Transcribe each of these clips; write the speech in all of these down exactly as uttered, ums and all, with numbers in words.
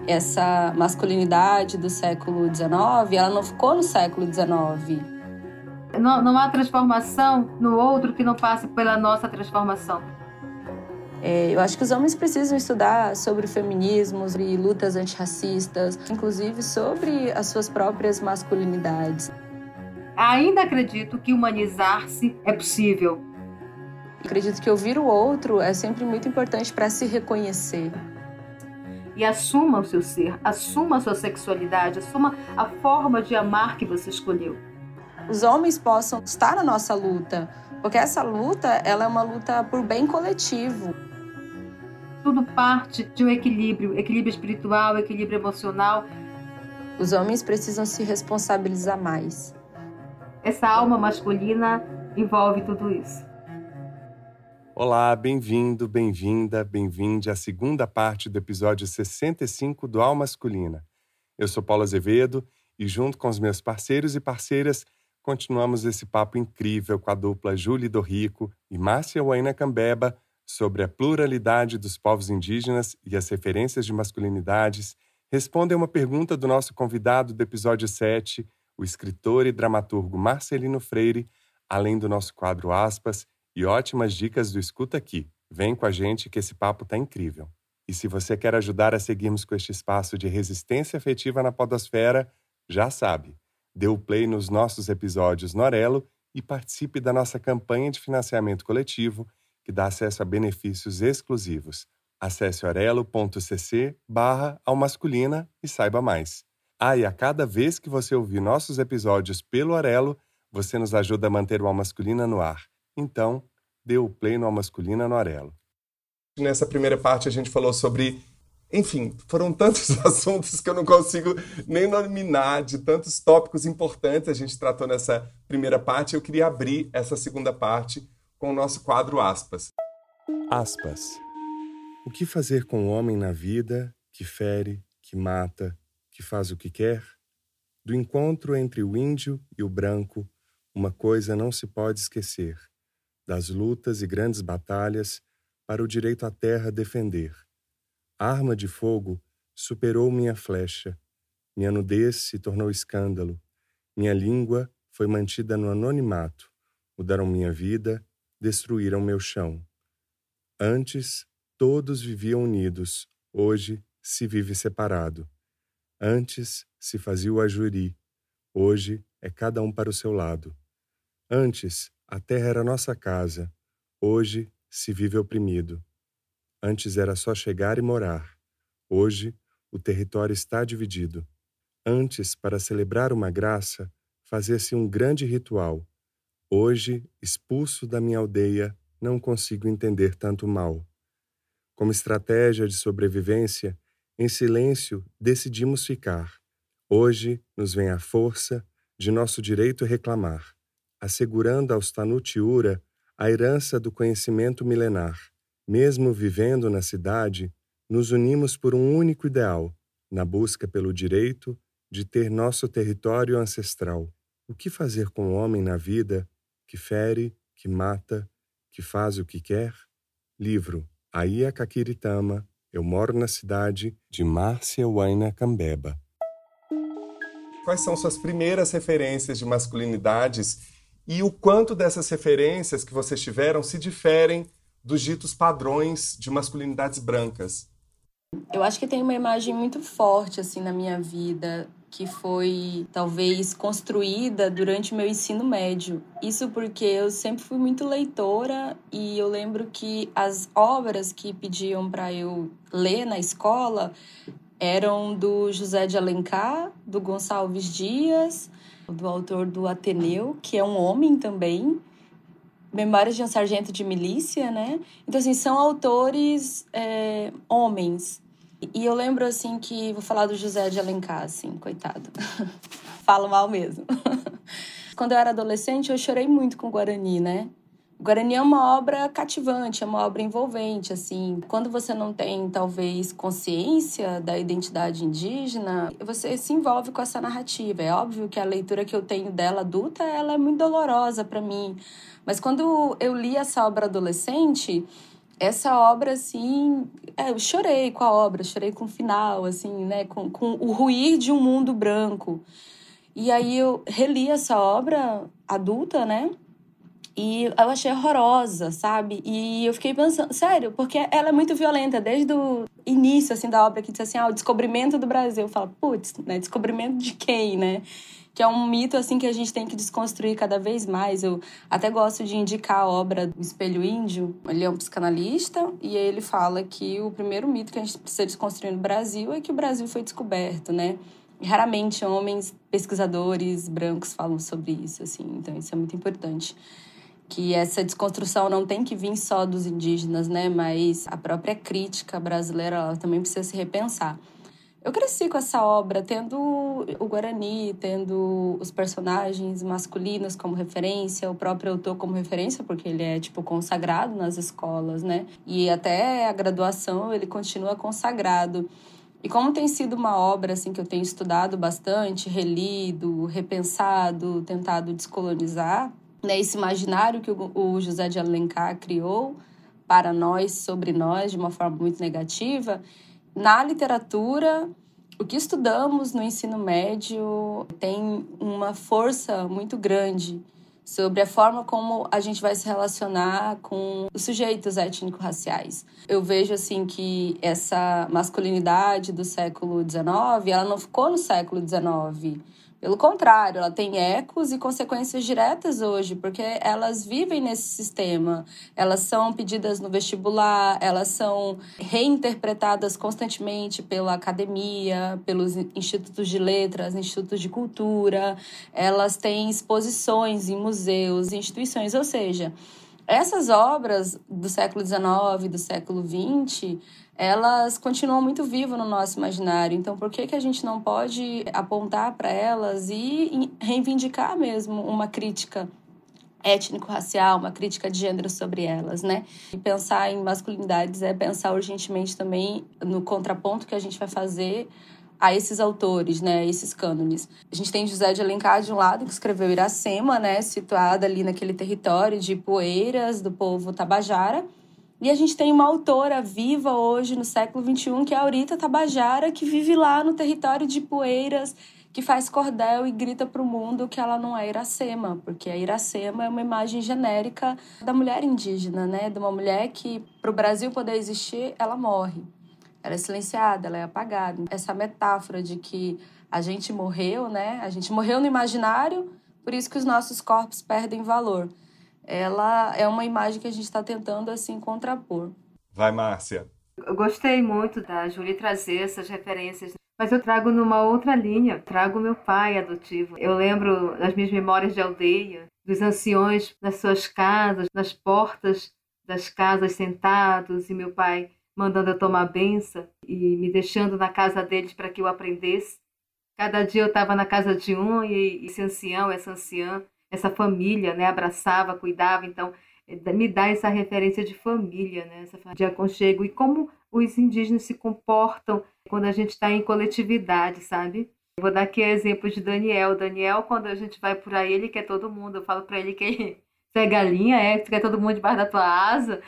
essa masculinidade do século dezenove, ela não ficou no século dezenove. Não, não há transformação no outro que não passe pela nossa transformação. É, eu acho que os homens precisam estudar sobre feminismo, sobre lutas antirracistas, inclusive sobre as suas próprias masculinidades. Ainda acredito que humanizar-se é possível. Acredito que ouvir o outro é sempre muito importante para se reconhecer. E assuma o seu ser, assuma a sua sexualidade, assuma a forma de amar que você escolheu. Os homens possam estar na nossa luta, porque essa luta ela é uma luta por bem coletivo. Tudo parte de um equilíbrio, equilíbrio espiritual, equilíbrio emocional. Os homens precisam se responsabilizar mais. Essa alma masculina envolve tudo isso. Olá, bem-vindo, bem-vinda, bem-vinde à segunda parte do episódio sessenta e cinco do Alma Masculina. Eu sou Paulo Azevedo e, junto com os meus parceiros e parceiras, continuamos esse papo incrível com a dupla Júlia Dorrico e Márcia Uaina Cambeba sobre a pluralidade dos povos indígenas e as referências de masculinidades. Respondem uma pergunta do nosso convidado do episódio sete, o escritor e dramaturgo Marcelino Freire, além do nosso quadro Aspas e ótimas dicas do Escuta Aqui. Vem com a gente que esse papo tá incrível. E se você quer ajudar a seguirmos com este espaço de resistência afetiva na podosfera, já sabe, dê o play nos nossos episódios no Orelo e participe da nossa campanha de financiamento coletivo, que dá acesso a benefícios exclusivos. Acesse orelo.cc barra almasculina e saiba mais. Ah, e a cada vez que você ouvir nossos episódios pelo Orelo, você nos ajuda a manter o Almasculina no ar. Então, dê o play no Almasculina no Orelo. Nessa primeira parte a gente falou sobre... Enfim, foram tantos assuntos que eu não consigo nem nominar, de tantos tópicos importantes a gente tratou nessa primeira parte. Eu queria abrir essa segunda parte com o nosso quadro Aspas. Aspas. O que fazer com o homem na vida que fere, que mata, que faz o que quer? Do encontro entre o índio e o branco, uma coisa não se pode esquecer. Das lutas e grandes batalhas para o direito à terra defender. A arma de fogo superou minha flecha. Minha nudez se tornou escândalo. Minha língua foi mantida no anonimato. Mudaram minha vida, destruíram meu chão. Antes, todos viviam unidos. Hoje, se vive separado. Antes, se fazia o ajuri. Hoje, é cada um para o seu lado. Antes, a terra era nossa casa. Hoje, se vive oprimido. Antes era só chegar e morar. Hoje, o território está dividido. Antes, para celebrar uma graça, fazia-se um grande ritual. Hoje, expulso da minha aldeia, não consigo entender tanto mal. Como estratégia de sobrevivência, em silêncio decidimos ficar. Hoje nos vem a força de nosso direito reclamar, assegurando aos Tanutiura a herança do conhecimento milenar. Mesmo vivendo na cidade, nos unimos por um único ideal, na busca pelo direito de ter nosso território ancestral. O que fazer com o homem na vida que fere, que mata, que faz o que quer? Livro Aia Caquiritama, Eu Moro na Cidade, de Márcia Uaina Cambeba. Quais são suas primeiras referências de masculinidades e o quanto dessas referências que vocês tiveram se diferem dos ditos padrões de masculinidades brancas? Eu acho que tem uma imagem muito forte assim na minha vida, que foi talvez construída durante o meu ensino médio. Isso porque eu sempre fui muito leitora e eu lembro que as obras que pediam para eu ler na escola eram do José de Alencar, do Gonçalves Dias, do autor do Ateneu, que é um homem também, Memórias de um Sargento de Milícia, né? Então, assim, são autores é, homens. E eu lembro, assim, que... Vou falar do José de Alencar, assim, coitado. Falo mal mesmo. Quando eu era adolescente, eu chorei muito com o Guarani, né? O Guarani é uma obra cativante, é uma obra envolvente, assim. Quando você não tem, talvez, consciência da identidade indígena, você se envolve com essa narrativa. É óbvio que a leitura que eu tenho dela adulta, ela é muito dolorosa para mim. Mas quando eu li essa obra adolescente, essa obra, assim, é, eu chorei com a obra, chorei com o final, assim, né, com, com o ruir de um mundo branco. E aí eu reli essa obra adulta, né, e eu achei horrorosa, sabe? E eu fiquei pensando, sério, porque ela é muito violenta, desde o início, assim, da obra, que diz assim, ah, o descobrimento do Brasil. Eu falo, putz, né, descobrimento de quem, né? Que é um mito, assim, que a gente tem que desconstruir cada vez mais. Eu até gosto de indicar a obra do Espelho Índio. Ele é um psicanalista e ele fala que o primeiro mito que a gente precisa desconstruir no Brasil é que o Brasil foi descoberto, né? E raramente homens pesquisadores brancos falam sobre isso, assim. Então, isso é muito importante. Que essa desconstrução não tem que vir só dos indígenas, né? Mas a própria crítica brasileira, ela também precisa se repensar. Eu cresci com essa obra, tendo o Guarani, tendo os personagens masculinos como referência, o próprio autor como referência, porque ele é, tipo, consagrado nas escolas, né? E até a graduação ele continua consagrado. E como tem sido uma obra, assim, que eu tenho estudado bastante, relido, repensado, tentado descolonizar, né, esse imaginário que o José de Alencar criou para nós, sobre nós, de uma forma muito negativa, na literatura, o que estudamos no ensino médio tem uma força muito grande sobre a forma como a gente vai se relacionar com os sujeitos étnico-raciais. Eu vejo, assim, que essa masculinidade do século dezenove, ela não ficou no século dezenove. Pelo contrário, ela tem ecos e consequências diretas hoje, porque elas vivem nesse sistema. Elas são pedidas no vestibular, elas são reinterpretadas constantemente pela academia, pelos institutos de letras, institutos de cultura. Elas têm exposições em museus, instituições. Ou seja, essas obras do século dezenove, do século vinte... elas continuam muito vivas no nosso imaginário. Então, por que que a gente não pode apontar para elas e reivindicar mesmo uma crítica étnico-racial, uma crítica de gênero sobre elas, né? E pensar em masculinidades é pensar urgentemente também no contraponto que a gente vai fazer a esses autores, né, esses cânones. A gente tem José de Alencar, de um lado, que escreveu Iracema, né, situada ali naquele território de Poeiras, do povo tabajara. E a gente tem uma autora viva hoje, no século vinte e um, que é a Aurita Tabajara, que vive lá no território de Poeiras, que faz cordel e grita para o mundo que ela não é Iracema, porque a Iracema é uma imagem genérica da mulher indígena, né? De uma mulher que, para o Brasil poder existir, ela morre. Ela é silenciada, ela é apagada. Essa metáfora de que a gente morreu, né? A gente morreu no imaginário, por isso que os nossos corpos perdem valor. Ela é uma imagem que a gente está tentando, assim, contrapor. Vai, Márcia. Eu gostei muito da Júlia trazer essas referências, mas eu trago numa outra linha, trago meu pai adotivo. Eu lembro das minhas memórias de aldeia, dos anciões nas suas casas, nas portas das casas sentados, e meu pai mandando eu tomar benção e me deixando na casa deles para que eu aprendesse. Cada dia eu estava na casa de um e esse ancião, essa anciã, essa família, né, abraçava, cuidava. Então, me dá essa referência de família, né, essa de aconchego. E como os indígenas se comportam quando a gente está em coletividade, sabe? Eu vou dar aqui exemplo de Daniel. Daniel, quando a gente vai por aí, ele quer todo mundo. Eu falo para ele que você é galinha, é? Você quer todo mundo debaixo da tua asa?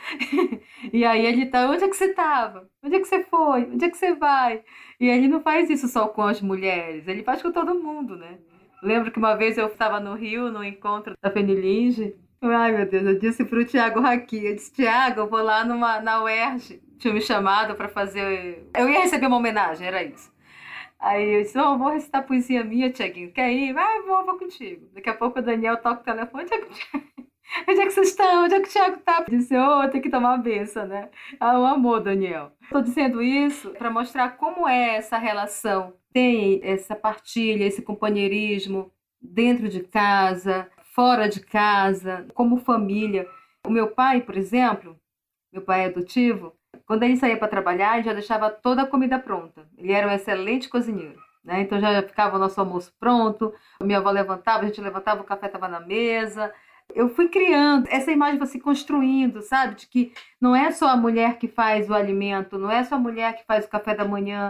E aí ele tá, onde é que você estava? Onde é que você foi? Onde é que você vai? E ele não faz isso só com as mulheres, ele faz com todo mundo, né? Lembro que uma vez eu estava no Rio, no encontro da Fenilinge. Ai, meu Deus, eu disse para o Tiago Raqui, eu disse, Tiago, eu vou lá numa, na U E R J. Tinha me chamado para fazer... Eu ia receber uma homenagem, era isso. Aí eu disse, não, eu vou recitar poesia minha, Tiaguinho. Quer ir? Ah, vou, vou contigo. Daqui a pouco o Daniel toca o telefone. Onde é que, Onde é que vocês estão? Onde é que o Tiago está? Disse, ô, oh, tem que tomar a benção, né? Ah, o amor, Daniel. Estou dizendo isso para mostrar como é essa relação. Tem essa partilha, esse companheirismo dentro de casa, fora de casa, como família. O meu pai, por exemplo, meu pai é adotivo, quando ele saía para trabalhar, ele já deixava toda a comida pronta. Ele era um excelente cozinheiro, né? Então já ficava o nosso almoço pronto, a minha avó levantava, a gente levantava, o café estava na mesa. Eu fui criando, essa imagem foi se construindo, sabe? De que não é só a mulher que faz o alimento, não é só a mulher que faz o café da manhã,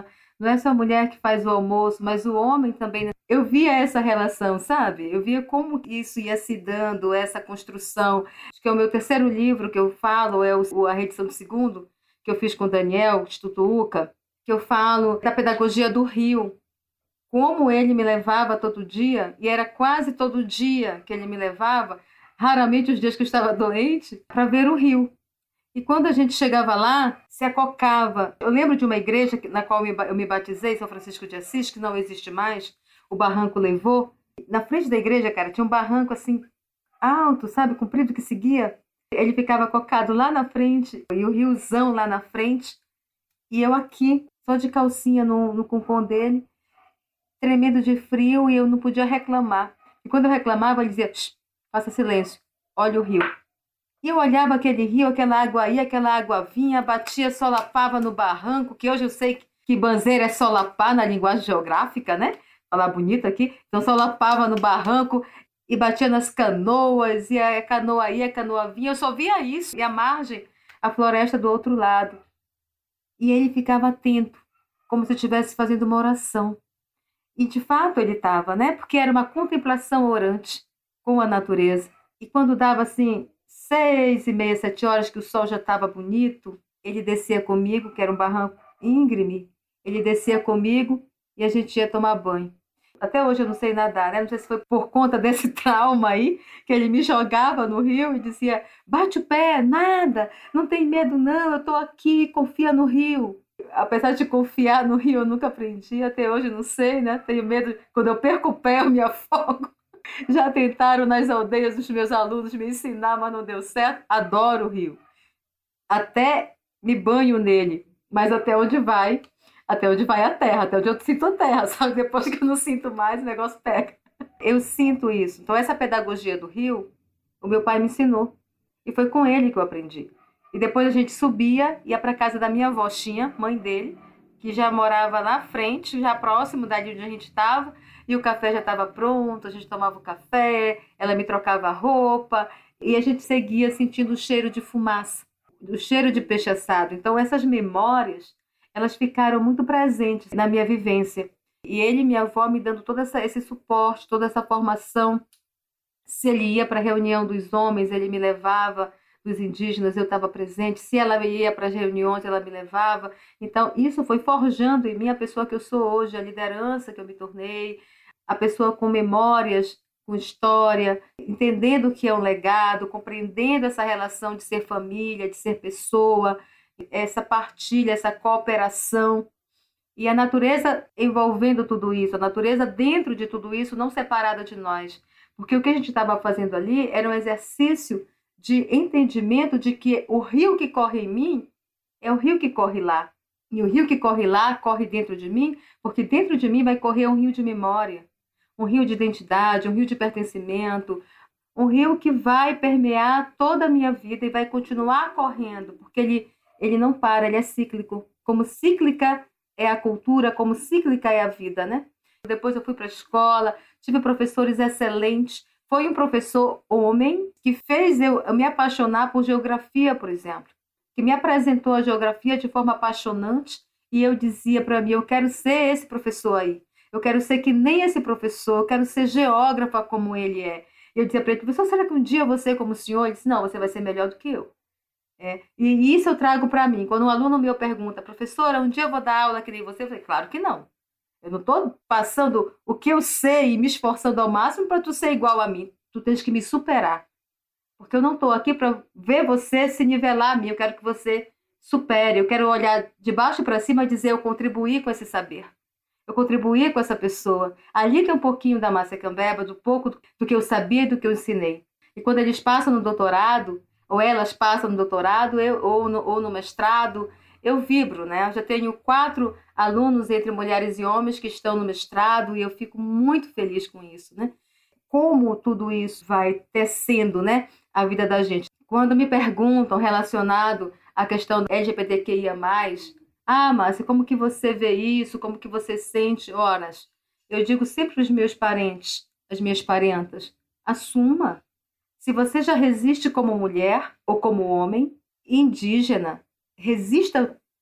Não é só a mulher que faz o almoço, mas o homem também. Eu via essa relação, sabe? Eu via como isso ia se dando, essa construção. Acho que é o meu terceiro livro que eu falo, é o, a reedição do segundo, que eu fiz com o Daniel Stutuca, que eu falo da pedagogia do rio. Como ele me levava todo dia, e era quase todo dia que ele me levava, raramente os dias que eu estava doente, para ver o rio. E quando a gente chegava lá, se acocava. Eu lembro de uma igreja na qual eu me batizei, São Francisco de Assis, que não existe mais, o barranco levou. Na frente da igreja, cara, tinha um barranco assim, alto, sabe, comprido, que seguia. Ele ficava cocado lá na frente, e o riozão lá na frente, e eu aqui, só de calcinha no, no cumpom dele, tremendo de frio, e eu não podia reclamar. E quando eu reclamava, ele dizia, faça silêncio, olha o rio. E eu olhava aquele rio, aquela água ia, aquela água vinha, batia, solapava no barranco, que hoje eu sei que banzeira é solapar na linguagem geográfica, né? Falar bonito aqui. Então solapava no barranco e batia nas canoas, e a canoa ia, a canoa vinha. Eu só via isso, e a margem, a floresta do outro lado. E ele ficava atento, como se estivesse fazendo uma oração. E de fato ele estava, né? Porque era uma contemplação orante com a natureza. E quando dava assim, seis e meia, sete horas, que o sol já estava bonito, ele descia comigo, que era um barranco íngreme, ele descia comigo e a gente ia tomar banho. Até hoje eu não sei nadar, né? Não sei se foi por conta desse trauma aí, que ele me jogava no rio e dizia, bate o pé, nada, não tem medo não, eu estou aqui, confia no rio. Apesar de confiar no rio, eu nunca aprendi, até hoje não sei, né? Tenho medo, quando eu perco o pé, eu me afogo. Já tentaram nas aldeias dos meus alunos me ensinar, mas não deu certo. Adoro o rio. Até me banho nele, mas até onde vai, até onde vai a terra, até onde eu sinto a terra, sabe? Depois que eu não sinto mais, o negócio pega. Eu sinto isso. Então essa pedagogia do rio, o meu pai me ensinou. E foi com ele que eu aprendi. E depois a gente subia, ia para casa da minha avó, Xinha, mãe dele, que já morava na frente, já próximo dali onde a gente estava, e o café já estava pronto, a gente tomava o café, ela me trocava a roupa, e a gente seguia sentindo o cheiro de fumaça, o cheiro de peixe assado. Então essas memórias, elas ficaram muito presentes na minha vivência. E ele e minha avó me dando todo essa, esse suporte, toda essa formação. Se ele ia para a reunião dos homens, ele me levava, dos indígenas, eu estava presente. Se ela ia para as reuniões, ela me levava. Então, isso foi forjando em mim a pessoa que eu sou hoje, a liderança que eu me tornei, a pessoa com memórias, com história, entendendo o que é um legado, compreendendo essa relação de ser família, de ser pessoa, essa partilha, essa cooperação. E a natureza envolvendo tudo isso, a natureza dentro de tudo isso, não separada de nós. Porque o que a gente estava fazendo ali era um exercício de entendimento de que o rio que corre em mim é o rio que corre lá. E o rio que corre lá corre dentro de mim, porque dentro de mim vai correr um rio de memória, um rio de identidade, um rio de pertencimento, um rio que vai permear toda a minha vida e vai continuar correndo, porque ele, ele não para, ele é cíclico. Como cíclica é a cultura, como cíclica é a vida, né? Depois eu fui para a escola, tive professores excelentes. Foi um professor homem que fez eu me apaixonar por geografia, por exemplo, que me apresentou a geografia de forma apaixonante, e eu dizia para mim, eu quero ser esse professor aí, eu quero ser que nem esse professor, eu quero ser geógrafa como ele é. Eu dizia para ele, professor, será que um dia você como o senhor? Ele disse, não, você vai ser melhor do que eu. É, e isso eu trago para mim. Quando um aluno meu pergunta, professora, um dia eu vou dar aula que nem você? Eu falei, claro que não. Eu não estou passando o que eu sei e me esforçando ao máximo para tu ser igual a mim. Tu tens que me superar. Porque eu não estou aqui para ver você se nivelar a mim. Eu quero que você supere. Eu quero olhar de baixo para cima e dizer, eu contribuí com esse saber. Eu contribuí com essa pessoa. Ali que é um pouquinho da Márcia Cambeba, do pouco do que eu sabia e do que eu ensinei. E quando eles passam no doutorado, ou elas passam no doutorado, eu, ou, no, ou no mestrado, eu vibro, né? Eu já tenho quatro alunos entre mulheres e homens que estão no mestrado e eu fico muito feliz com isso, né? Como tudo isso vai tecendo, né, a vida da gente. Quando me perguntam relacionado à questão do L G B T Q I A mais, ah, Márcia, como que você vê isso? Como que você sente? Horas. Eu digo sempre para os meus parentes, as minhas parentas, assuma. Se você já resiste como mulher ou como homem, indígena, resista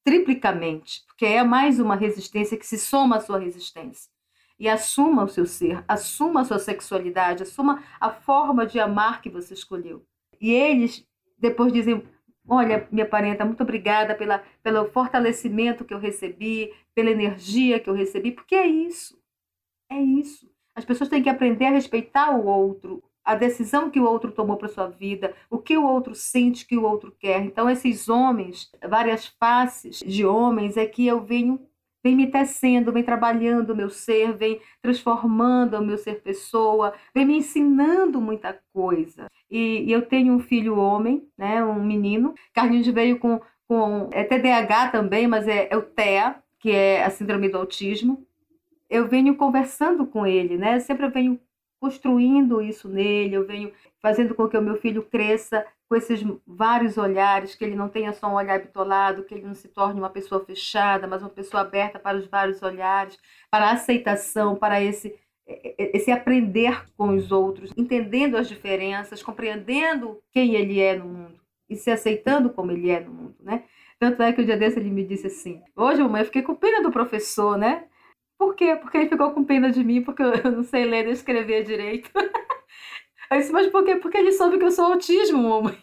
triplicamente, porque é mais uma resistência que se soma à sua resistência. E assuma o seu ser, assuma a sua sexualidade, assuma a forma de amar que você escolheu. E eles depois dizem, olha, minha parenta, muito obrigada pela, pelo fortalecimento que eu recebi, pela energia que eu recebi, porque é isso, é isso. As pessoas têm que aprender a respeitar o outro, a decisão que o outro tomou para sua vida, o que o outro sente, que o outro quer. Então, esses homens, várias faces de homens, é que eu venho, vem me tecendo, vem trabalhando o meu ser, vem transformando o meu ser pessoa, vem me ensinando muita coisa. E, e eu tenho um filho homem, né, um menino. Carlinhos veio com, com é T D A H também, mas é, é o T E A, que é a síndrome do autismo. Eu venho conversando com ele, né? Sempre eu venho construindo isso nele, eu venho fazendo com que o meu filho cresça com esses vários olhares, que ele não tenha só um olhar bitolado, que ele não se torne uma pessoa fechada, mas uma pessoa aberta para os vários olhares, para a aceitação, para esse, esse aprender com os outros, entendendo as diferenças, compreendendo quem ele é no mundo e se aceitando como ele é no mundo, né? Tanto é que o dia desse ele me disse assim, hoje, mamãe, eu fiquei com pena do professor, né? Por quê? Porque ele ficou com pena de mim, porque eu não sei ler nem escrever direito. Eu disse, mas por quê? Porque ele soube que eu sou autismo, mamãe.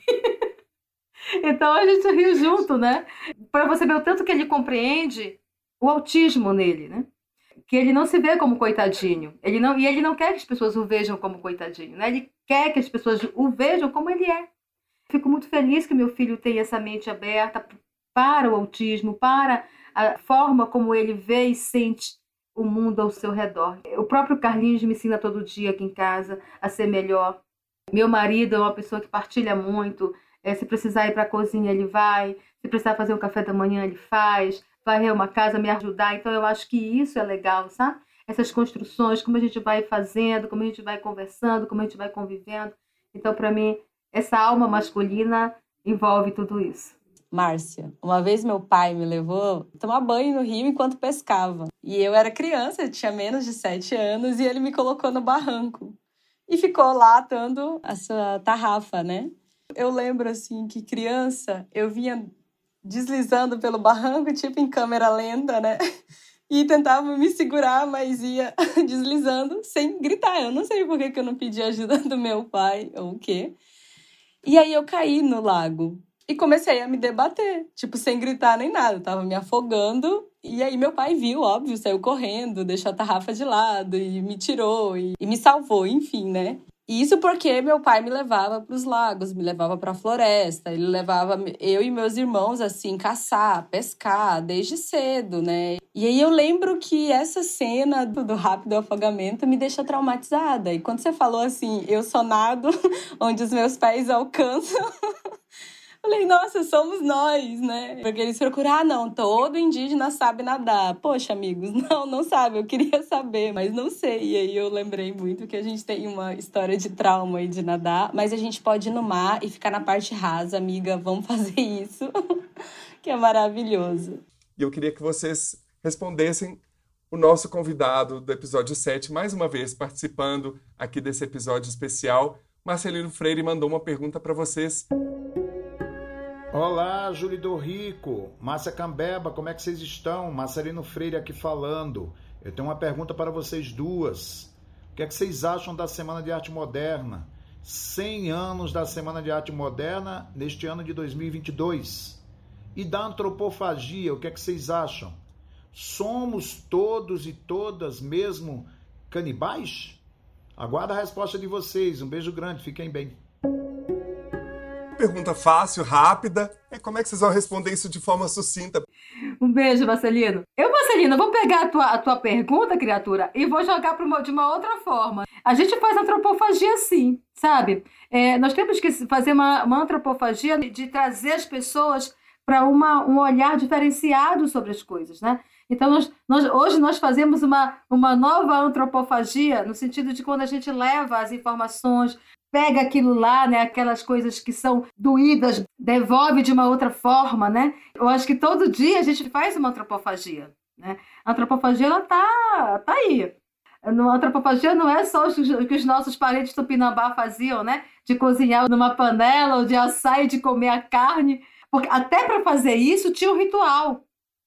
Então a gente riu junto, né? Para você ver o tanto que ele compreende o autismo nele, né? Que ele não se vê como coitadinho. Ele não, e ele não quer que as pessoas o vejam como coitadinho, né? Ele quer que as pessoas o vejam como ele é. Fico muito feliz que meu filho tenha essa mente aberta para o autismo, para a forma como ele vê e sente o mundo ao seu redor. O próprio Carlinhos me ensina todo dia aqui em casa a ser melhor. Meu marido é uma pessoa que partilha muito. É, se precisar ir para a cozinha, ele vai. Se precisar fazer um café da manhã, ele faz. Vai arrumar uma casa, me ajudar. Então, eu acho que isso é legal, sabe? Essas construções, como a gente vai fazendo, como a gente vai conversando, como a gente vai convivendo. Então, para mim, essa alma masculina envolve tudo isso. Márcia, uma vez meu pai me levou tomar banho no rio enquanto pescava. E eu era criança, eu tinha menos de sete anos, e ele me colocou no barranco. E ficou lá atando a sua tarrafa, né? Eu lembro, assim, que criança, eu vinha deslizando pelo barranco, tipo em câmera lenta, né? E tentava me segurar, mas ia deslizando sem gritar. Eu não sei por que eu não pedi ajuda do meu pai ou o quê. E aí eu caí no lago. E comecei a me debater, tipo, sem gritar nem nada. Eu tava me afogando. E aí meu pai viu, óbvio, saiu correndo, deixou a tarrafa de lado e me tirou e, e me salvou, enfim, né? E isso porque meu pai me levava pros lagos, me levava pra floresta. Ele levava eu e meus irmãos, assim, caçar, pescar, desde cedo, né? E aí eu lembro que essa cena do, do rápido afogamento me deixa traumatizada. E quando você falou assim, eu só nado onde os meus pés alcançam... Falei, nossa, somos nós, né? Porque eles procuram, ah, não, todo indígena sabe nadar. Poxa, amigos, não, não sabe, eu queria saber, mas não sei. E aí eu lembrei muito que a gente tem uma história de trauma aí de nadar, mas a gente pode ir no mar e ficar na parte rasa, amiga, vamos fazer isso, que é maravilhoso. E eu queria que vocês respondessem o nosso convidado do episódio sete, mais uma vez participando aqui desse episódio especial. Marcelino Freire mandou uma pergunta para vocês. Olá, Júlio do Rico, Márcia Cambeba, como é que vocês estão? Marcelino Freire aqui falando. Eu tenho uma pergunta para vocês duas. O que é que vocês acham da Semana de Arte Moderna? cem anos da Semana de Arte Moderna neste ano de dois mil e vinte e dois. E da antropofagia, o que é que vocês acham? Somos todos e todas mesmo canibais? Aguardo a resposta de vocês. Um beijo grande, fiquem bem. Pergunta fácil, rápida. É como é que vocês vão responder isso de forma sucinta? Um beijo, Marcelino. Eu, Marcelino, vou pegar a tua, a tua pergunta, criatura, e vou jogar pra uma, de uma outra forma. A gente faz antropofagia sim, sabe? É, nós temos que fazer uma, uma antropofagia de, de trazer as pessoas para um olhar diferenciado sobre as coisas, né? Então, nós, nós, hoje nós fazemos uma, uma nova antropofagia no sentido de quando a gente leva as informações, pega aquilo lá, né, aquelas coisas que são doídas, devolve de uma outra forma, né? Eu acho que todo dia a gente faz uma antropofagia, né? A antropofagia, ela tá, tá aí. A antropofagia não é só o que os nossos parentes tupinambá faziam, né? De cozinhar numa panela, ou de assar e de comer a carne. Porque até para fazer isso tinha um ritual.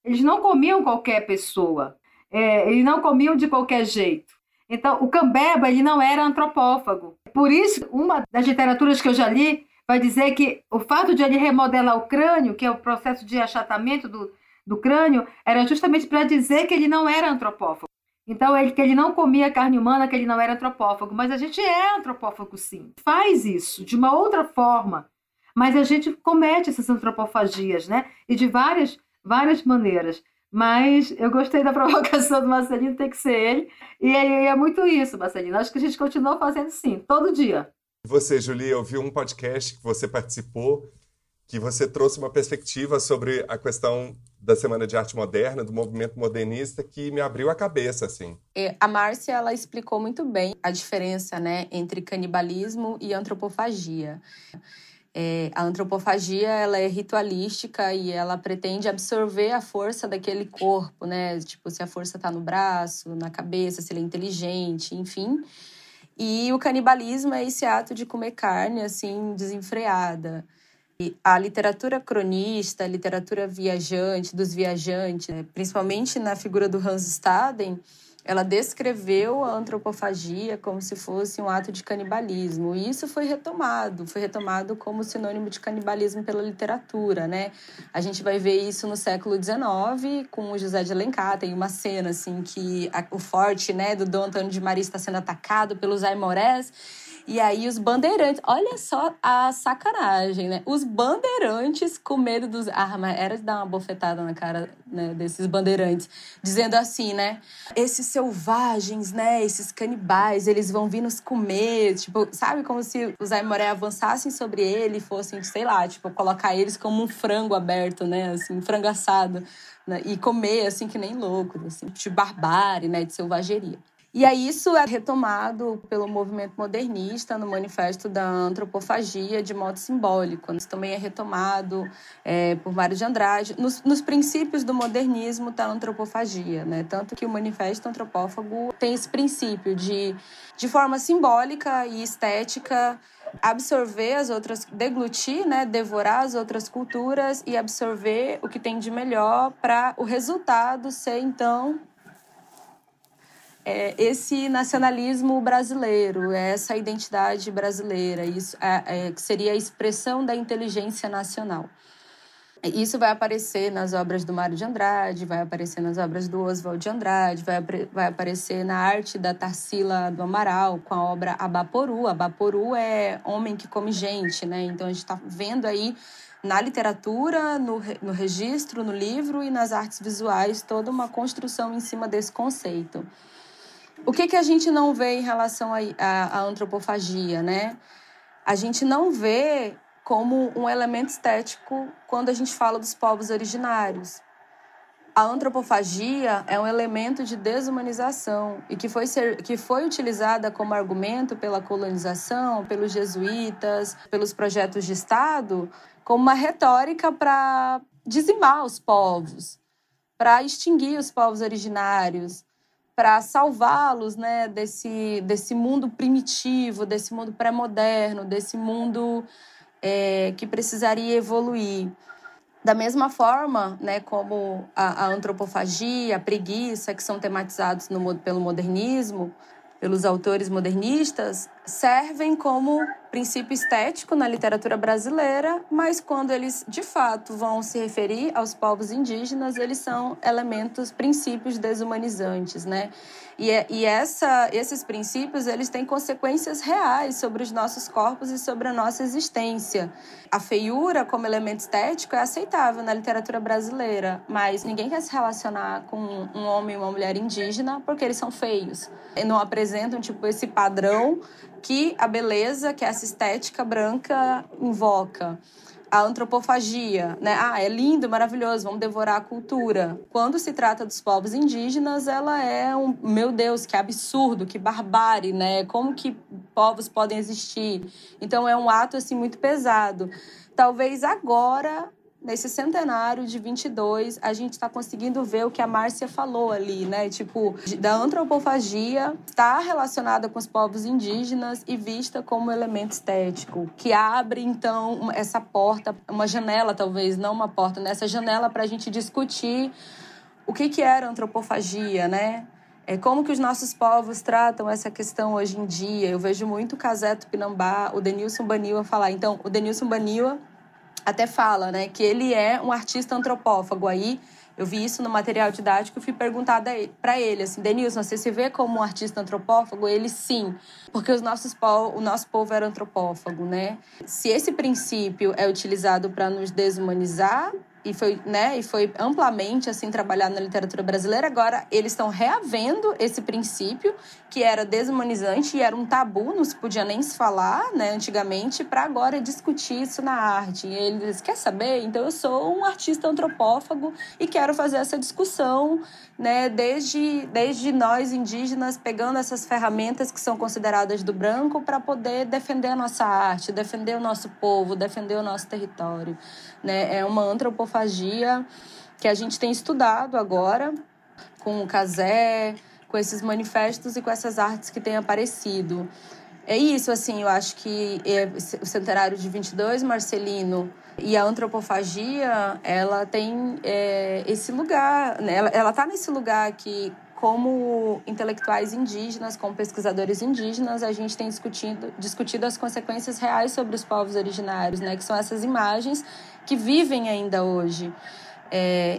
Eles não comiam qualquer pessoa, é, eles não comiam de qualquer jeito. Então, o Cambeba, ele não era antropófago. Por isso, uma das literaturas que eu já li vai dizer que o fato de ele remodelar o crânio, que é o processo de achatamento do, do crânio, era justamente para dizer que ele não era antropófago. Então, ele, que ele não comia carne humana, que ele não era antropófago. Mas a gente é antropófago, sim. Faz isso de uma outra forma. Mas a gente comete essas antropofagias, né? E de várias, várias maneiras. Mas eu gostei da provocação do Marcelino, tem que ser ele. E é, é muito isso, Marcelino. Acho que a gente continua fazendo sim, todo dia. Você, Julia, eu vi um podcast que você participou, que você trouxe uma perspectiva sobre a questão da Semana de Arte Moderna, do movimento modernista, que me abriu a cabeça, assim. A Márcia, ela explicou muito bem a diferença, né, entre canibalismo e antropofagia. É, a antropofagia, ela é ritualística e ela pretende absorver a força daquele corpo, né? Tipo, se a força está no braço, na cabeça, se ele é inteligente, enfim. E o canibalismo é esse ato de comer carne, assim, desenfreada. E a literatura cronista, a literatura viajante, dos viajantes, né? Principalmente na figura do Hans Staden, ela descreveu a antropofagia como se fosse um ato de canibalismo. E isso foi retomado, foi retomado como sinônimo de canibalismo pela literatura, né? A gente vai ver isso no século dezenove, com o José de Alencar. Tem uma cena, assim, que a, o forte, né, do Dom Antônio de Maria está sendo atacado pelos aimorés. E aí os bandeirantes, olha só a sacanagem, né? Os bandeirantes com medo dos... Ah, mas era de dar uma bofetada na cara, né, desses bandeirantes. Dizendo assim, né? Esses selvagens, né? Esses canibais, eles vão vir nos comer. Tipo, sabe? Como se os aimoré avançassem sobre ele e fossem, sei lá, tipo, colocar eles como um frango aberto, né? Assim, um frango assado. Né? E comer, assim, que nem loucos, assim. De barbárie, né? De selvageria. E aí isso é retomado pelo movimento modernista no Manifesto da Antropofagia de modo simbólico. Isso também é retomado é, por Mário de Andrade nos, nos princípios do modernismo da antropofagia, né? Tanto que o Manifesto Antropófago tem esse princípio de, de forma simbólica e estética, absorver as outras, deglutir, né? Devorar as outras culturas e absorver o que tem de melhor para o resultado ser, então... É esse nacionalismo brasileiro, essa identidade brasileira, isso é, é, que seria a expressão da inteligência nacional. Isso vai aparecer nas obras do Mário de Andrade, vai aparecer nas obras do Oswald de Andrade, vai, vai aparecer na arte da Tarsila do Amaral, com a obra Abaporu. Abaporu é homem que come gente, né? Então a gente está vendo aí na literatura, no, no registro, no livro e nas artes visuais toda uma construção em cima desse conceito. O que, que a gente não vê em relação à antropofagia, né? A gente não vê como um elemento estético quando a gente fala dos povos originários. A antropofagia é um elemento de desumanização e que foi, ser, que foi utilizada como argumento pela colonização, pelos jesuítas, pelos projetos de Estado, como uma retórica para dizimar os povos, para extinguir os povos originários, para salvá-los, né, desse, desse mundo primitivo, desse mundo pré-moderno, desse mundo é, que precisaria evoluir. Da mesma forma, né, como a, a antropofagia, a preguiça, que são tematizados no, pelo modernismo, pelos autores modernistas, servem como princípio estético na literatura brasileira, mas quando eles, de fato, vão se referir aos povos indígenas, eles são elementos, princípios desumanizantes, né? E, e essa, esses princípios, eles têm consequências reais sobre os nossos corpos e sobre a nossa existência. A feiura, como elemento estético, é aceitável na literatura brasileira, mas ninguém quer se relacionar com um homem e uma mulher indígena porque eles são feios. E não apresentam, tipo, esse padrão que a beleza, que essa estética branca invoca. A antropofagia, né? Ah, é lindo, maravilhoso, vamos devorar a cultura. Quando se trata dos povos indígenas, ela é um... Meu Deus, que absurdo, que barbárie, né? Como que povos podem existir? Então, é um ato, assim, muito pesado. Talvez agora nesse centenário de vinte e dois, a gente está conseguindo ver o que a Márcia falou ali, né? Tipo, da antropofagia está relacionada com os povos indígenas e vista como elemento estético, que abre, então, essa porta, uma janela, talvez, não uma porta, né? Essa janela para a gente discutir o que, que era antropofagia, né? É, como que os nossos povos tratam essa questão hoje em dia. Eu vejo muito o Kazé Tupinambá, o Denilson Baniwa falar. Então, o Denilson Baniwa até fala, né, que ele é um artista antropófago. Aí, eu vi isso no material didático e fui perguntada para ele, assim, Denilson, você se vê como um artista antropófago? Ele, sim, porque os nossos po- o nosso povo era antropófago, né? Se esse princípio é utilizado para nos desumanizar, e foi, né, e foi amplamente assim trabalhado na literatura brasileira, agora eles estão reavendo esse princípio que era desumanizante e era um tabu, não se podia nem se falar, né, antigamente, para agora discutir isso na arte. E eles, quer saber? Então eu sou um artista antropófago e quero fazer essa discussão, né, desde, desde nós indígenas pegando essas ferramentas que são consideradas do branco para poder defender a nossa arte, defender o nosso povo, defender o nosso território, né? É uma antropofagia que a gente tem estudado agora com o Kazé, com esses manifestos e com essas artes que têm aparecido. É isso, assim, eu acho que o centenário de vinte e dois, Marcelino, e a antropofagia, ela tem é, esse lugar, né? Ela, ela tá nesse lugar que, como intelectuais indígenas, como pesquisadores indígenas, a gente tem discutido, discutido as consequências reais sobre os povos originários, né? Que são essas imagens que vivem ainda hoje. É,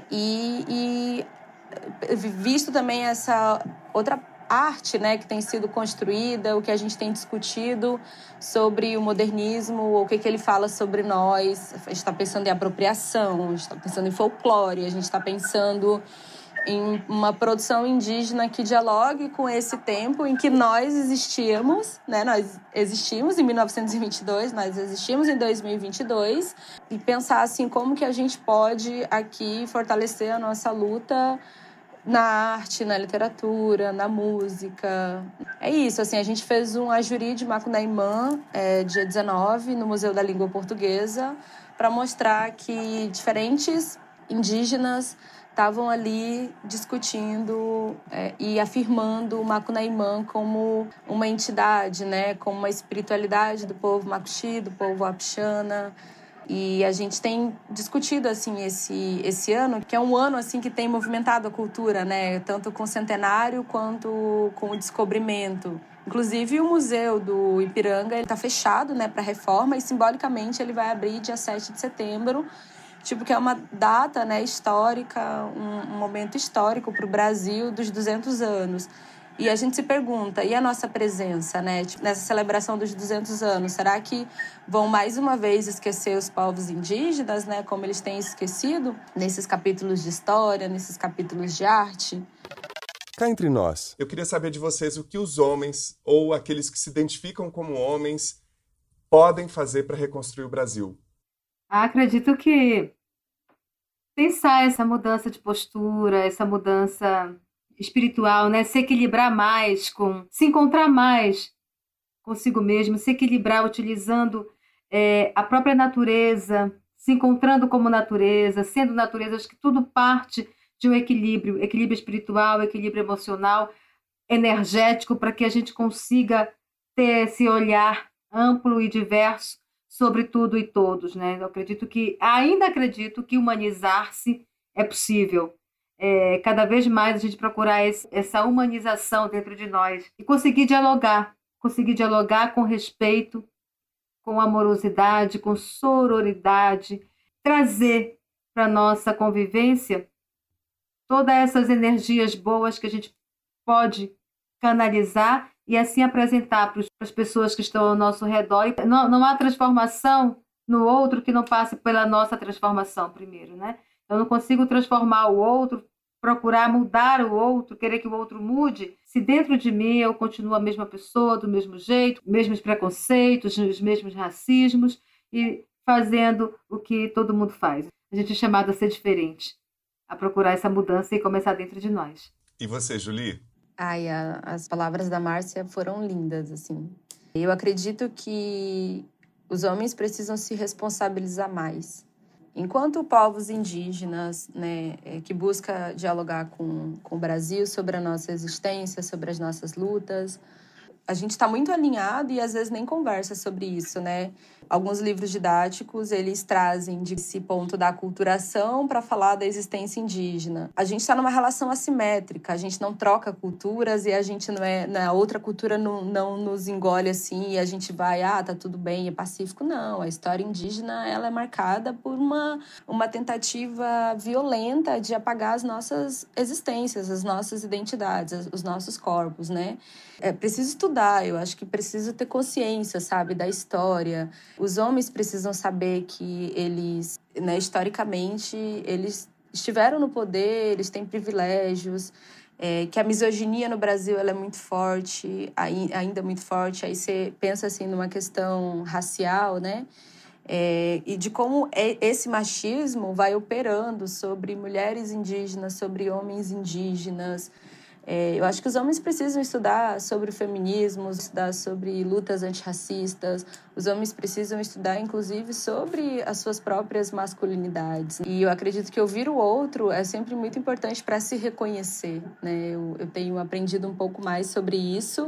e, e visto também essa outra arte, né, que tem sido construída, o que a gente tem discutido sobre o modernismo, o que, que ele fala sobre nós. A gente está pensando em apropriação, a gente está pensando em folclore, a gente está pensando em uma produção indígena que dialogue com esse tempo em que nós existíamos, né? Nós existimos em mil novecentos e vinte e dois, nós existimos em dois mil e vinte e dois, e pensar assim como que a gente pode aqui fortalecer a nossa luta na arte, na literatura, na música. É isso, assim, a gente fez um Ajuri de Macunaímã, é, dia dezenove, no Museu da Língua Portuguesa, para mostrar que diferentes indígenas estavam ali discutindo é, e afirmando o Macunaímã como uma entidade, né, como uma espiritualidade do povo Macuxi, do povo Apixana. E a gente tem discutido assim esse esse ano, que é um ano assim que tem movimentado a cultura, né, tanto com o centenário quanto com o descobrimento. Inclusive o museu do Ipiranga está fechado, né, para reforma, e simbolicamente ele vai abrir dia sete de setembro. Tipo, que é uma data, né, histórica, um, um momento histórico para o Brasil dos duzentos anos. E a gente se pergunta, e a nossa presença, né, tipo, nessa celebração dos duzentos anos? Será que vão mais uma vez esquecer os povos indígenas, né, como eles têm esquecido nesses capítulos de história, nesses capítulos de arte? Cá entre nós, eu queria saber de vocês o que os homens, ou aqueles que se identificam como homens, podem fazer para reconstruir o Brasil. Acredito que pensar essa mudança de postura, essa mudança espiritual, né? Se equilibrar mais, com, se encontrar mais consigo mesmo, se equilibrar utilizando é, a própria natureza, se encontrando como natureza, sendo natureza, acho que tudo parte de um equilíbrio, equilíbrio espiritual, equilíbrio emocional, energético, para que a gente consiga ter esse olhar amplo e diverso sobre tudo e todos, né? Eu acredito que, ainda acredito que humanizar-se é possível. É, cada vez mais a gente procurar esse, essa humanização dentro de nós e conseguir dialogar, conseguir dialogar com respeito, com amorosidade, com sororidade, trazer para a nossa convivência todas essas energias boas que a gente pode canalizar e assim apresentar para as pessoas que estão ao nosso redor. E não, não há transformação no outro que não passe pela nossa transformação primeiro, né? Eu não consigo transformar o outro, procurar mudar o outro, querer que o outro mude, se dentro de mim eu continuo a mesma pessoa, do mesmo jeito, mesmos preconceitos, os mesmos racismos e fazendo o que todo mundo faz. A gente é chamado a ser diferente, a procurar essa mudança e começar dentro de nós. E você, Julie? Ai, a, as palavras da Márcia foram lindas, assim. Eu acredito que os homens precisam se responsabilizar mais. Enquanto povos indígenas, né, que busca dialogar com, com o Brasil sobre a nossa existência, sobre as nossas lutas, a gente está muito alinhado e às vezes nem conversa sobre isso, né? Alguns livros didáticos, eles trazem desse ponto da aculturação para falar da existência indígena. A gente está numa relação assimétrica, a gente não troca culturas e a gente não é... Na outra cultura não, não nos engole assim e a gente vai, ah, tá tudo bem, é pacífico. Não, a história indígena, ela é marcada por uma, uma tentativa violenta de apagar as nossas existências, as nossas identidades, os nossos corpos, né? É preciso estudar, eu acho que preciso ter consciência, sabe, da história. Os homens precisam saber que eles, né, historicamente, eles estiveram no poder, eles têm privilégios, é, que a misoginia no Brasil ela é muito forte, ainda muito forte. Aí você pensa assim numa questão racial, né? É, e de como esse machismo vai operando sobre mulheres indígenas, sobre homens indígenas. É, eu acho que os homens precisam estudar sobre o feminismo, estudar sobre lutas antirracistas. Os homens precisam estudar, inclusive, sobre as suas próprias masculinidades. E eu acredito que ouvir o outro é sempre muito importante para se reconhecer, né? Eu, eu tenho aprendido um pouco mais sobre isso.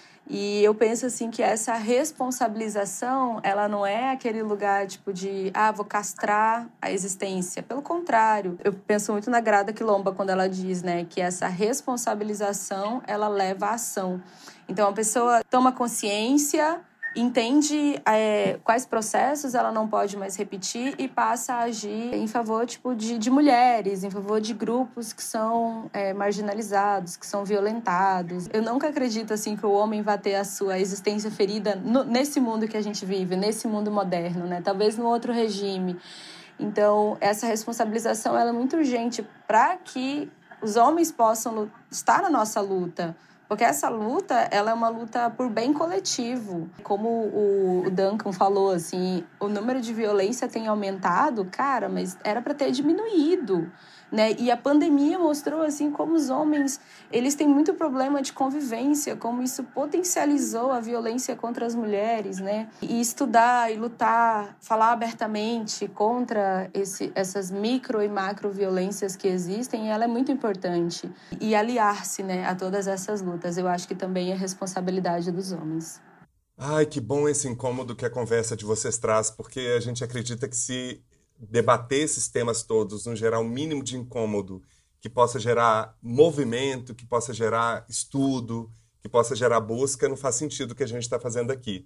E eu penso assim que essa responsabilização, ela não é aquele lugar tipo de, ah, vou castrar a existência. Pelo contrário, eu penso muito na Grada Quilomba quando ela diz, né, que essa responsabilização, ela leva à ação. Então a pessoa toma consciência, entende é, quais processos ela não pode mais repetir e passa a agir em favor tipo, de, de mulheres, em favor de grupos que são é, marginalizados, que são violentados. Eu nunca acredito assim, que o homem vai ter a sua existência ferida no, nesse mundo que a gente vive, nesse mundo moderno, né? Talvez no outro regime. Então, essa responsabilização ela é muito urgente para que os homens possam estar na nossa luta. Porque essa luta, ela é uma luta por bem coletivo. Como o Duncan falou, assim, o número de violência tem aumentado, cara, mas era para ter diminuído, né? E a pandemia mostrou, assim, como os homens, eles têm muito problema de convivência, como isso potencializou a violência contra as mulheres, né? E estudar e lutar, falar abertamente contra esse, essas micro e macro violências que existem, ela é muito importante. E aliar-se, né, a todas essas lutas. Eu acho que também é responsabilidade dos homens. Ai, que bom esse incômodo que a conversa de vocês traz, porque a gente acredita que se debater esses temas todos, não gerar um mínimo de incômodo, que possa gerar movimento, que possa gerar estudo, que possa gerar busca, não faz sentido o que a gente está fazendo aqui.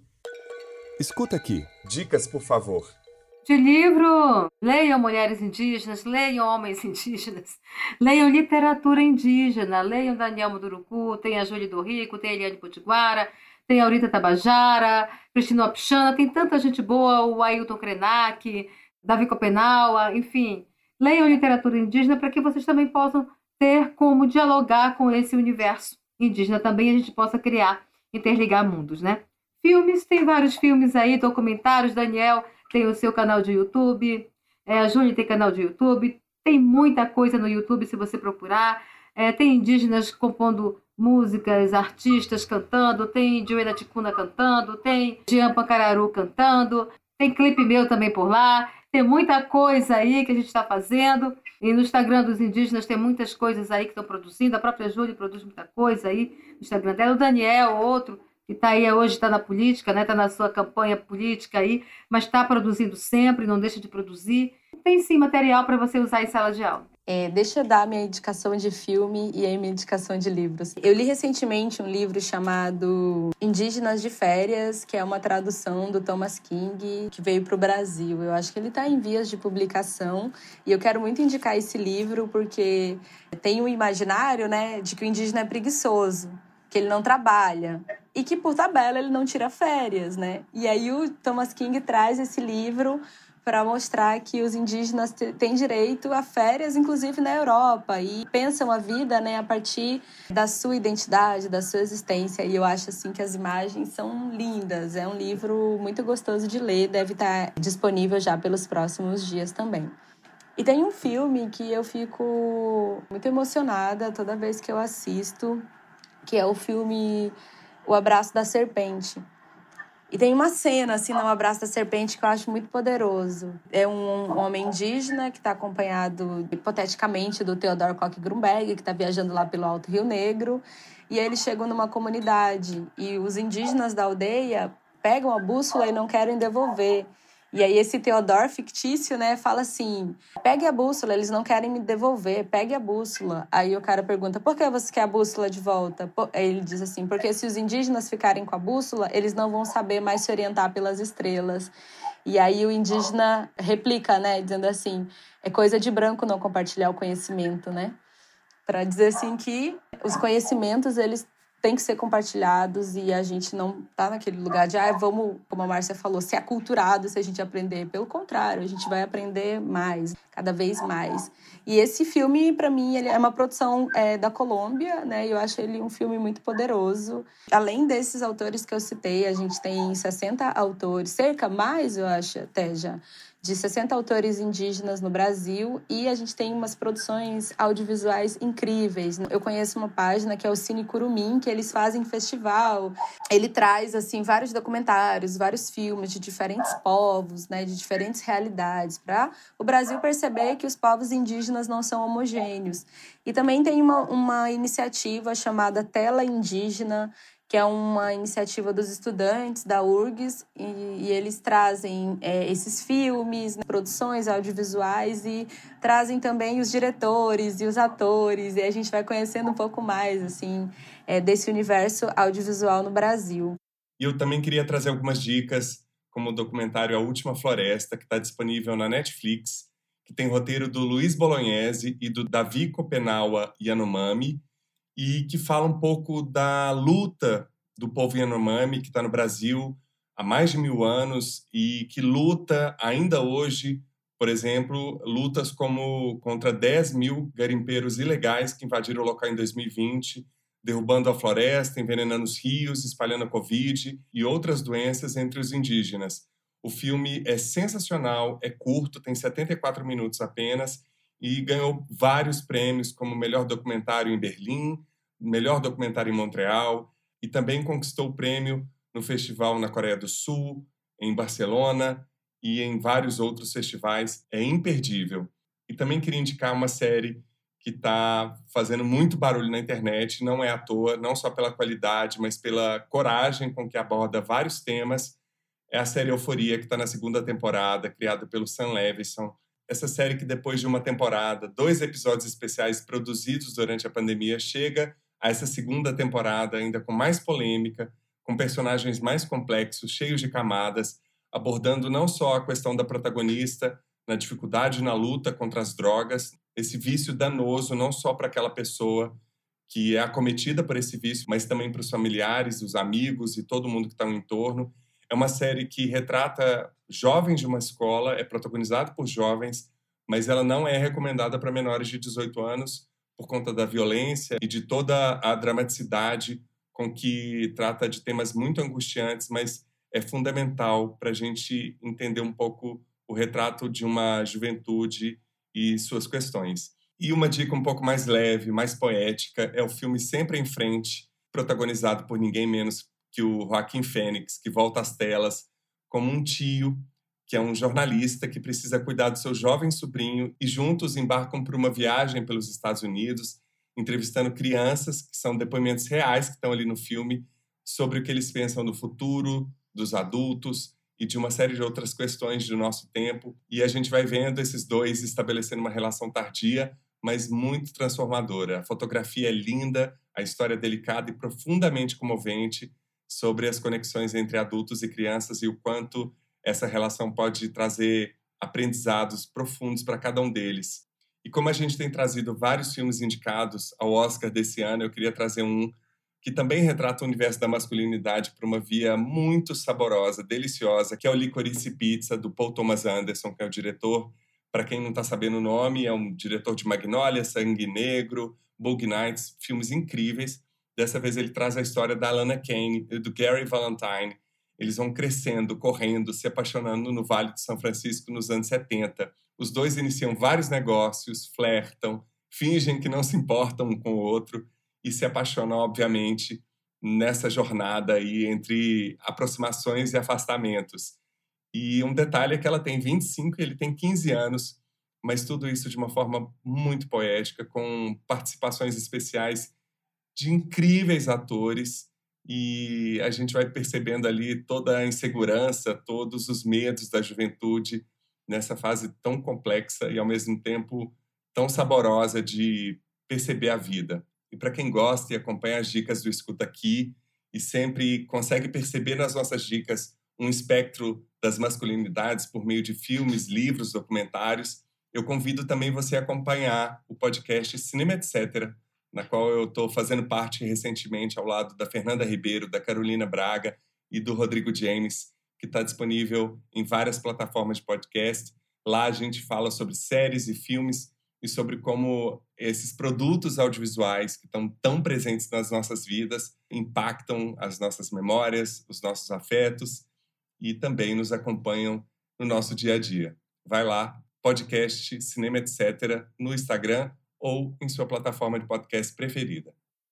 Escuta aqui. Dicas, por favor. De livro, leiam mulheres indígenas, leiam homens indígenas, leiam literatura indígena, leiam Daniel Munduruku, tem a Júlia do Rico, tem a Eliane Potiguara, tem a Aurita Tabajara, Cristina Opchana, tem tanta gente boa, o Ailton Krenak, Davi Copenaua, enfim. Leiam literatura indígena para que vocês também possam ter como dialogar com esse universo indígena também, a gente possa criar, interligar mundos, né? Filmes, tem vários filmes aí, documentários, Daniel tem o seu canal de YouTube, é, a Júlia tem canal de YouTube, tem muita coisa no YouTube se você procurar, é, tem indígenas compondo músicas, artistas cantando, tem Joana Ticuna cantando, tem Jean Pancararu cantando, tem clipe meu também por lá, tem muita coisa aí que a gente está fazendo, e no Instagram dos indígenas tem muitas coisas aí que estão produzindo, a própria Júlia produz muita coisa aí no Instagram dela, o Daniel, outro, que está aí hoje, está na política, né? Está na sua campanha política aí, mas está produzindo sempre, não deixa de produzir. Tem sim material para você usar em sala de aula. É, deixa eu dar a minha indicação de filme e a minha indicação de livros. Eu li recentemente um livro chamado Indígenas de Férias, que é uma tradução do Thomas King, que veio para o Brasil. Eu acho que ele está em vias de publicação e eu quero muito indicar esse livro porque tem um imaginário, né, de que o indígena é preguiçoso, que ele não trabalha e que, por tabela, ele não tira férias, né? E aí o Thomas King traz esse livro para mostrar que os indígenas têm direito a férias, inclusive na Europa, e pensam a vida, né, a partir da sua identidade, da sua existência. E eu acho assim que as imagens são lindas. É um livro muito gostoso de ler, deve estar disponível já pelos próximos dias também. E tem um filme que eu fico muito emocionada toda vez que eu assisto, que é o filme O Abraço da Serpente. E tem uma cena, assim, no Abraço da Serpente que eu acho muito poderoso. É um homem indígena que está acompanhado, hipoteticamente, do Theodor Koch-Grunberg, que está viajando lá pelo Alto Rio Negro. E eles chegam numa comunidade e os indígenas da aldeia pegam a bússola e não querem devolver. E aí esse Theodor fictício, né, fala assim, pegue a bússola, eles não querem me devolver, pegue a bússola. Aí o cara pergunta, por que você quer a bússola de volta? Aí ele diz assim, porque se os indígenas ficarem com a bússola, eles não vão saber mais se orientar pelas estrelas. E aí o indígena replica, né, dizendo assim, é coisa de branco não compartilhar o conhecimento, né? Para dizer assim que os conhecimentos, eles têm que ser compartilhados e a gente não tá naquele lugar de, ah, vamos, como a Márcia falou, ser aculturado se a gente aprender. Pelo contrário, a gente vai aprender mais, cada vez mais. E esse filme, para mim, ele é uma produção é, da Colômbia, né? E eu acho ele um filme muito poderoso. Além desses autores que eu citei, a gente tem sessenta autores, cerca mais, eu acho, até já, de sessenta autores indígenas no Brasil, e a gente tem umas produções audiovisuais incríveis. Eu conheço uma página que é o Cine Curumim, que eles fazem festival. Ele traz assim vários documentários, vários filmes de diferentes povos, né, de diferentes realidades, para o Brasil perceber que os povos indígenas não são homogêneos. E também tem uma, uma iniciativa chamada Tela Indígena, que é uma iniciativa dos estudantes da U R G S, e, e eles trazem é, esses filmes, né, produções audiovisuais, e trazem também os diretores e os atores, e a gente vai conhecendo um pouco mais assim, é, desse universo audiovisual no Brasil. E eu também queria trazer algumas dicas, como o documentário A Última Floresta, que está disponível na Netflix, que tem roteiro do Luiz Bolognese e do Davi Kopenawa Yanomami, e que fala um pouco da luta do povo Yanomami, que está no Brasil há mais de mil anos e que luta ainda hoje, por exemplo, lutas como contra dez mil garimpeiros ilegais que invadiram o local em dois mil e vinte, derrubando a floresta, envenenando os rios, espalhando a Covid e outras doenças entre os indígenas. O filme é sensacional, é curto, tem setenta e quatro minutos apenas, e ganhou vários prêmios, como melhor documentário em Berlim, melhor documentário em Montreal, e também conquistou o prêmio no festival na Coreia do Sul, em Barcelona e em vários outros festivais. É imperdível. E também queria indicar uma série que está fazendo muito barulho na internet, não é à toa, não só pela qualidade, mas pela coragem com que aborda vários temas. É a série Euforia, que está na segunda temporada, criada pelo Sam Levinson. Essa série que, depois de uma temporada, dois episódios especiais produzidos durante a pandemia, chega a essa segunda temporada ainda com mais polêmica, com personagens mais complexos, cheios de camadas, abordando não só a questão da protagonista na dificuldade na luta contra as drogas, esse vício danoso não só para aquela pessoa que é acometida por esse vício, mas também para os familiares, os amigos e todo mundo que está no entorno. É uma série que retrata jovens de uma escola, é protagonizada por jovens, mas ela não é recomendada para menores de dezoito anos por conta da violência e de toda a dramaticidade com que trata de temas muito angustiantes, mas é fundamental para a gente entender um pouco o retrato de uma juventude e suas questões. E uma dica um pouco mais leve, mais poética, é o filme Sempre em Frente, protagonizado por ninguém menos que o Joaquim Fênix, que volta às telas como um tio, que é um jornalista que precisa cuidar do seu jovem sobrinho, e juntos embarcam por uma viagem pelos Estados Unidos, entrevistando crianças, que são depoimentos reais que estão ali no filme, sobre o que eles pensam do futuro, dos adultos e de uma série de outras questões do nosso tempo. E a gente vai vendo esses dois estabelecendo uma relação tardia, mas muito transformadora. A fotografia é linda, a história é delicada e profundamente comovente sobre as conexões entre adultos e crianças e o quanto essa relação pode trazer aprendizados profundos para cada um deles. E como a gente tem trazido vários filmes indicados ao Oscar desse ano, eu queria trazer um que também retrata o universo da masculinidade por uma via muito saborosa, deliciosa, que é o Licorice Pizza, do Paul Thomas Anderson, que é o diretor. Para quem não está sabendo o nome, é um diretor de Magnolia, Sangue Negro, Bug Nights, filmes incríveis. Dessa vez ele traz a história da Alana Kane e do Gary Valentine. Eles vão crescendo, correndo, se apaixonando no Vale de São Francisco nos anos setenta. Os dois iniciam vários negócios, flertam, fingem que não se importam um com o outro e se apaixonam, obviamente, nessa jornada aí entre aproximações e afastamentos. E um detalhe é que ela tem vinte e cinco e ele tem quinze anos, mas tudo isso de uma forma muito poética, com participações especiais de incríveis atores, e a gente vai percebendo ali toda a insegurança, todos os medos da juventude nessa fase tão complexa e, ao mesmo tempo, tão saborosa de perceber a vida. E para quem gosta e acompanha as dicas do Escuta Aqui e sempre consegue perceber nas nossas dicas um espectro das masculinidades por meio de filmes, livros, documentários, eu convido também você a acompanhar o podcast Cinema Etc., na qual eu estou fazendo parte recentemente ao lado da Fernanda Ribeiro, da Carolina Braga e do Rodrigo James, que está disponível em várias plataformas de podcast. Lá a gente fala sobre séries e filmes e sobre como esses produtos audiovisuais que estão tão presentes nas nossas vidas impactam as nossas memórias, os nossos afetos e também nos acompanham no nosso dia a dia. Vai lá, podcast Cinema Etc. no Instagram ou em sua plataforma de podcast preferida.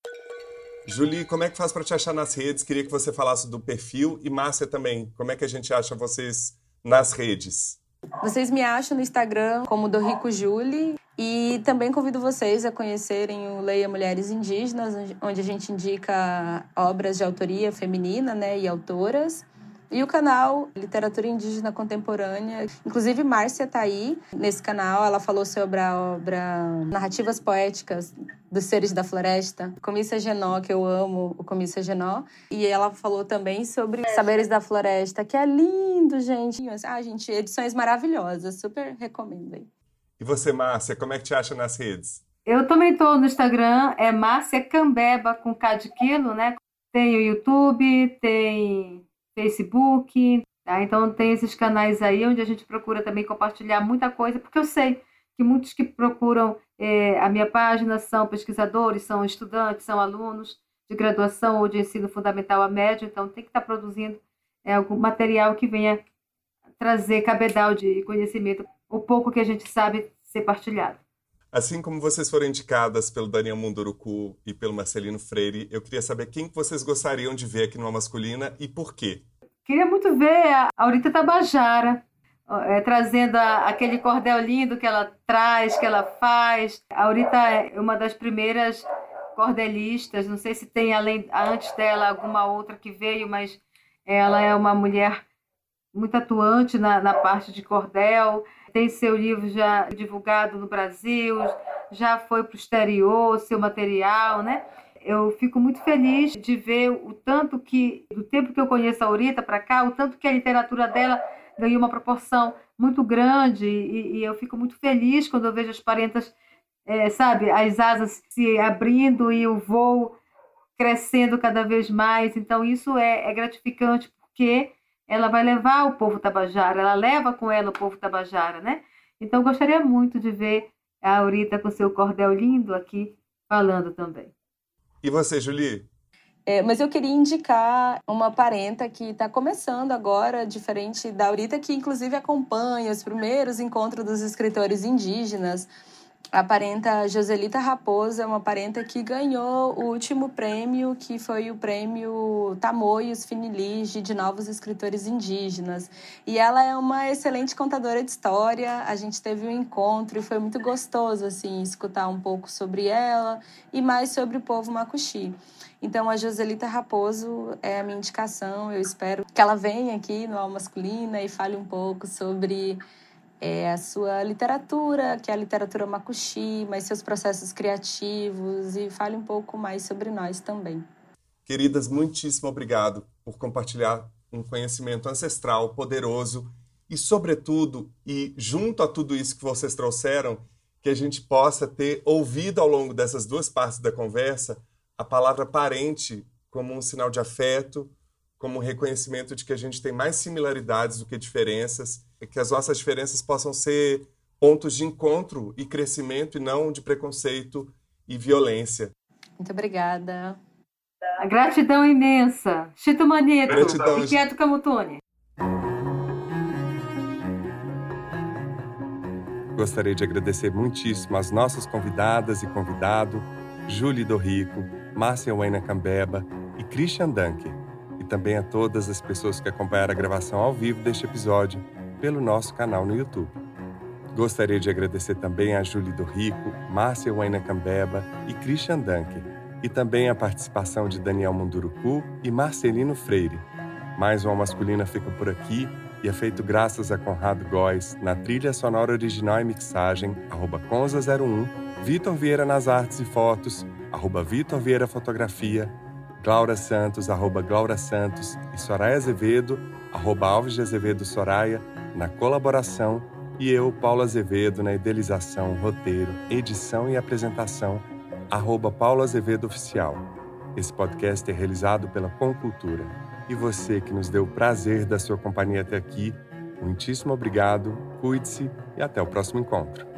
Julie, como é que faz para te achar nas redes? Queria que você falasse do perfil. E Márcia também, como é que a gente acha vocês nas redes? Vocês me acham no Instagram como Dorrico Julie. E também convido vocês a conhecerem o Leia Mulheres Indígenas, onde a gente indica obras de autoria feminina, né, e autoras. E o canal Literatura Indígena Contemporânea. Inclusive, Márcia está aí nesse canal. Ela falou sobre a obra Narrativas Poéticas dos Seres da Floresta, Comissa Genó, que eu amo, o Comissa Genó. E ela falou também sobre Saberes da Floresta, que é lindo, gente. Ah, gente, edições maravilhosas. Super recomendo aí. E você, Márcia, como é que te acha nas redes? Eu também estou no Instagram, é Márcia Cambeba, com K de quilo, né? Tem o YouTube, tem Facebook, tá? Então tem esses canais aí onde a gente procura também compartilhar muita coisa, porque eu sei que muitos que procuram é, a minha página são pesquisadores, são estudantes, são alunos de graduação ou de ensino fundamental a médio, então tem que estar produzindo é, algum material que venha trazer cabedal de conhecimento, o pouco que a gente sabe ser partilhado. Assim como vocês foram indicadas pelo Daniel Munduruku e pelo Marcelino Freire, eu queria saber quem que vocês gostariam de ver aqui no Alma Masculina e por quê? Queria muito ver a Aurita Tabajara, é, trazendo a, aquele cordel lindo que ela traz, que ela faz. A Aurita é uma das primeiras cordelistas, não sei se tem além, antes dela alguma outra que veio, mas ela é uma mulher muito atuante na, na parte de cordel. Tem seu livro já divulgado no Brasil, já foi para o exterior, seu material, né? Eu fico muito feliz de ver o tanto que, do tempo que eu conheço a Aurita para cá, o tanto que a literatura dela ganhou uma proporção muito grande e, e eu fico muito feliz quando eu vejo as parentas, é, sabe, as asas se abrindo e o voo crescendo cada vez mais. Então isso é, é gratificante porque ela vai levar o povo tabajara, ela leva com ela o povo tabajara, né? Então eu gostaria muito de ver a Aurita com seu cordel lindo aqui falando também. E você, Julie? É, mas eu queria indicar uma parenta que está começando agora, diferente da Aurita, que inclusive acompanha os primeiros encontros dos escritores indígenas. A parenta Joselita Raposo é uma parenta que ganhou o último prêmio, que foi o prêmio Tamoios Finilige de Novos Escritores Indígenas. E ela é uma excelente contadora de história. A gente teve um encontro e foi muito gostoso assim, escutar um pouco sobre ela e mais sobre o povo Macuxi. Então, a Joselita Raposo é a minha indicação. Eu espero que ela venha aqui no Alma Masculina e fale um pouco sobre É a sua literatura, que é a literatura Macuxi, mas seus processos criativos, e fale um pouco mais sobre nós também. Queridas, muitíssimo obrigado por compartilhar um conhecimento ancestral, poderoso e, sobretudo, e junto a tudo isso que vocês trouxeram, que a gente possa ter ouvido ao longo dessas duas partes da conversa a palavra parente como um sinal de afeto, como um reconhecimento de que a gente tem mais similaridades do que diferenças, e que as nossas diferenças possam ser pontos de encontro e crescimento e não de preconceito e violência. Muito obrigada. A gratidão imensa. Chito Manito. Gratidão. E quieto Camutone. Gostaria de agradecer muitíssimo às nossas convidadas e convidado, Julie Dorrico, Márcia Waina Cambeba e e Christian Dunker, e também a todas as pessoas que acompanharam a gravação ao vivo deste episódio pelo nosso canal no YouTube. Gostaria de agradecer também a Julie do Rico, Márcia Waina Cambeba e Christian Dunker, e também a participação de Daniel Munduruku e Marcelino Freire. Mais uma Masculina fica por aqui e é feito graças a Conrado Góes na trilha sonora original e mixagem, arroba Conza zero um, Vitor Vieira nas artes e fotos, arroba Vitor Vieira Fotografia, Glaura Santos, arroba Glaura Santos e Soraya Azevedo, arroba Alves de Azevedo Soraya, na colaboração, e eu, Paulo Azevedo, na idealização, roteiro, edição e apresentação, arroba Paulo Azevedo Oficial. Esse podcast é realizado pela Concultura. E você que nos deu o prazer da sua companhia até aqui, muitíssimo obrigado, cuide-se e até o próximo encontro.